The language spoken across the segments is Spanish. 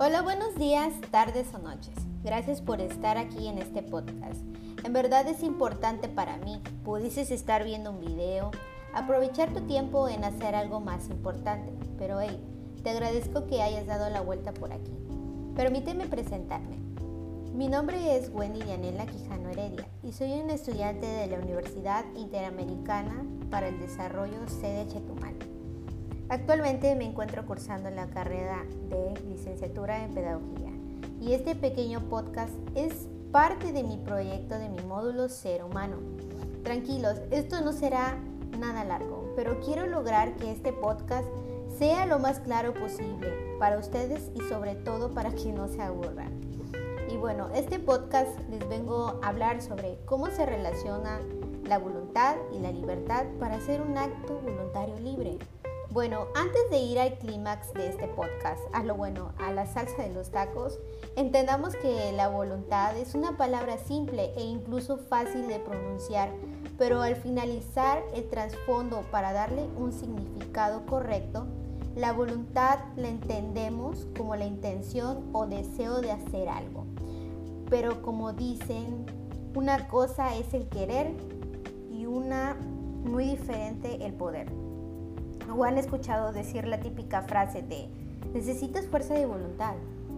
Hola, buenos días, tardes o noches. Gracias por estar aquí en este podcast. En verdad es importante para mí. Pudieses estar viendo un video, aprovechar tu tiempo en hacer algo más importante. Pero te agradezco que hayas dado la vuelta por aquí. Permíteme presentarme. Mi nombre es Wendy Dianela Quijano Heredia y soy una estudiante de la Universidad Interamericana para el Desarrollo sede Chetumal. Actualmente me encuentro cursando la carrera de licenciatura en Pedagogía y este pequeño podcast es parte de mi proyecto de mi módulo Ser Humano. Tranquilos, esto no será nada largo, pero quiero lograr que este podcast sea lo más claro posible para ustedes y sobre todo para que no se aburran. Y bueno, este podcast les vengo a hablar sobre cómo se relaciona la voluntad y la libertad para hacer un acto voluntario libre. Bueno, antes de ir al clímax de este podcast, a la salsa de los tacos, entendamos que la voluntad es una palabra simple e incluso fácil de pronunciar, pero al finalizar el trasfondo para darle un significado correcto, la voluntad la entendemos como la intención o deseo de hacer algo. Pero como dicen, una cosa es el querer y una muy diferente el poder. ¿O han escuchado decir la típica frase de necesitas fuerza de voluntad?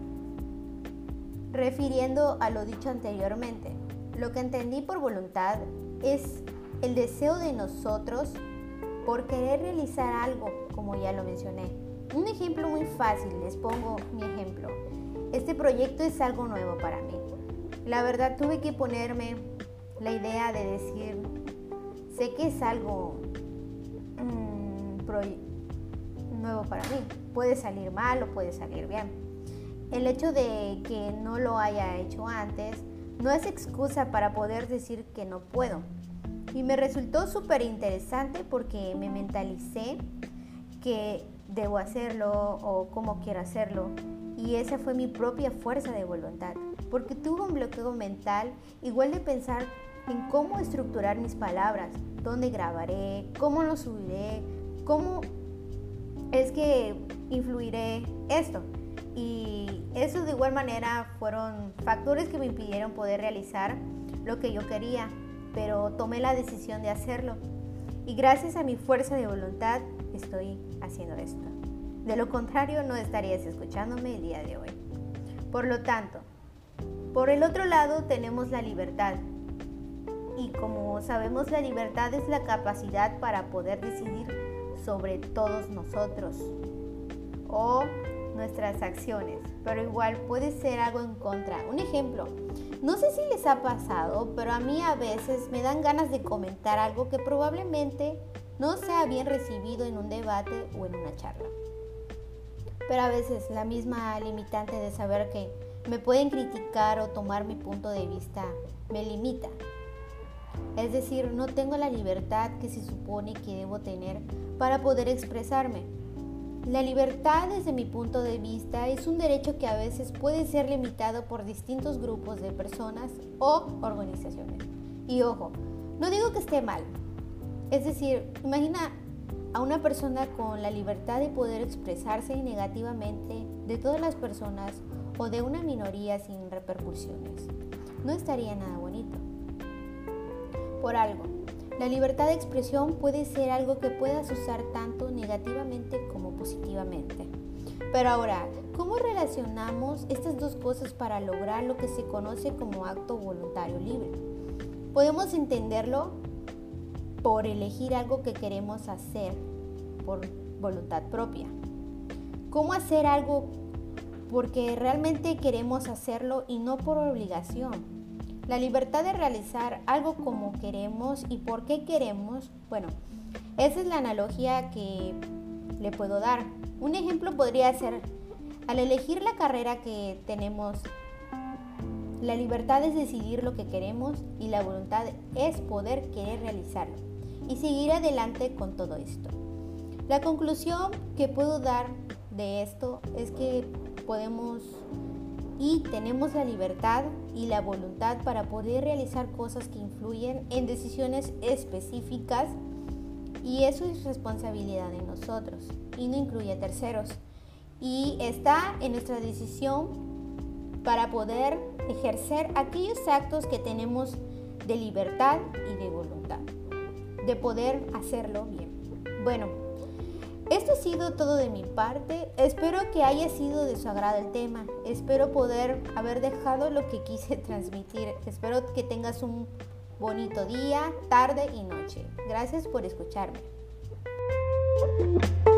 Refiriendo a lo dicho anteriormente, lo que entendí por voluntad es el deseo de nosotros por querer realizar algo, como ya lo mencioné. Un ejemplo muy fácil, les pongo mi ejemplo. Este proyecto es algo nuevo para mí. La verdad tuve que ponerme la idea de decir, sé que es algo nuevo para mí. Puede salir mal o puede salir bien. El hecho de que no lo haya hecho antes no es excusa para poder decir que no puedo. Y me resultó súper interesante porque me mentalicé que debo hacerlo o cómo quiero hacerlo. Y esa fue mi propia fuerza de voluntad. Porque tuve un bloqueo mental igual de pensar en cómo estructurar mis palabras, dónde grabaré, cómo lo subiré, cómo es que influiré esto. Y eso de igual manera fueron factores que me impidieron poder realizar lo que yo quería, pero tomé la decisión de hacerlo. Y gracias a mi fuerza de voluntad estoy haciendo esto. De lo contrario, no estarías escuchándome el día de hoy. Por lo tanto, por el otro lado tenemos la libertad. Y como sabemos, la libertad es la capacidad para poder decidir sobre todos nosotros o nuestras acciones, pero igual puede ser algo en contra. Un ejemplo, no sé si les ha pasado, pero a mí a veces me dan ganas de comentar algo que probablemente no sea bien recibido en un debate o en una charla. Pero a veces la misma limitante de saber que me pueden criticar o tomar mi punto de vista me limita. Es decir, no tengo la libertad que se supone que debo tener para poder expresarme. La libertad, desde mi punto de vista, es un derecho que a veces puede ser limitado por distintos grupos de personas o organizaciones. Y ojo, no digo que esté mal. Es decir, imagina a una persona con la libertad de poder expresarse negativamente de todas las personas o de una minoría sin repercusiones. No estaría nada bonito. Por algo, la libertad de expresión puede ser algo que puedas usar tanto negativamente como positivamente. Pero ahora, ¿cómo relacionamos estas dos cosas para lograr lo que se conoce como acto voluntario libre? Podemos entenderlo por elegir algo que queremos hacer por voluntad propia. ¿Cómo hacer algo porque realmente queremos hacerlo y no por obligación? La libertad de realizar algo como queremos y por qué queremos, esa es la analogía que le puedo dar. Un ejemplo podría ser, al elegir la carrera que tenemos, la libertad es decidir lo que queremos y la voluntad es poder querer realizarlo y seguir adelante con todo esto. La conclusión que puedo dar de esto es que tenemos la libertad y la voluntad para poder realizar cosas que influyen en decisiones específicas y eso es responsabilidad de nosotros y no incluye a terceros. y está en nuestra decisión para poder ejercer aquellos actos que tenemos de libertad y de voluntad, de poder hacerlo bien. Bueno, esto ha sido todo de mi parte. Espero que haya sido de su agrado el tema. Espero poder haber dejado lo que quise transmitir. Espero que tengas un bonito día, tarde y noche. Gracias por escucharme.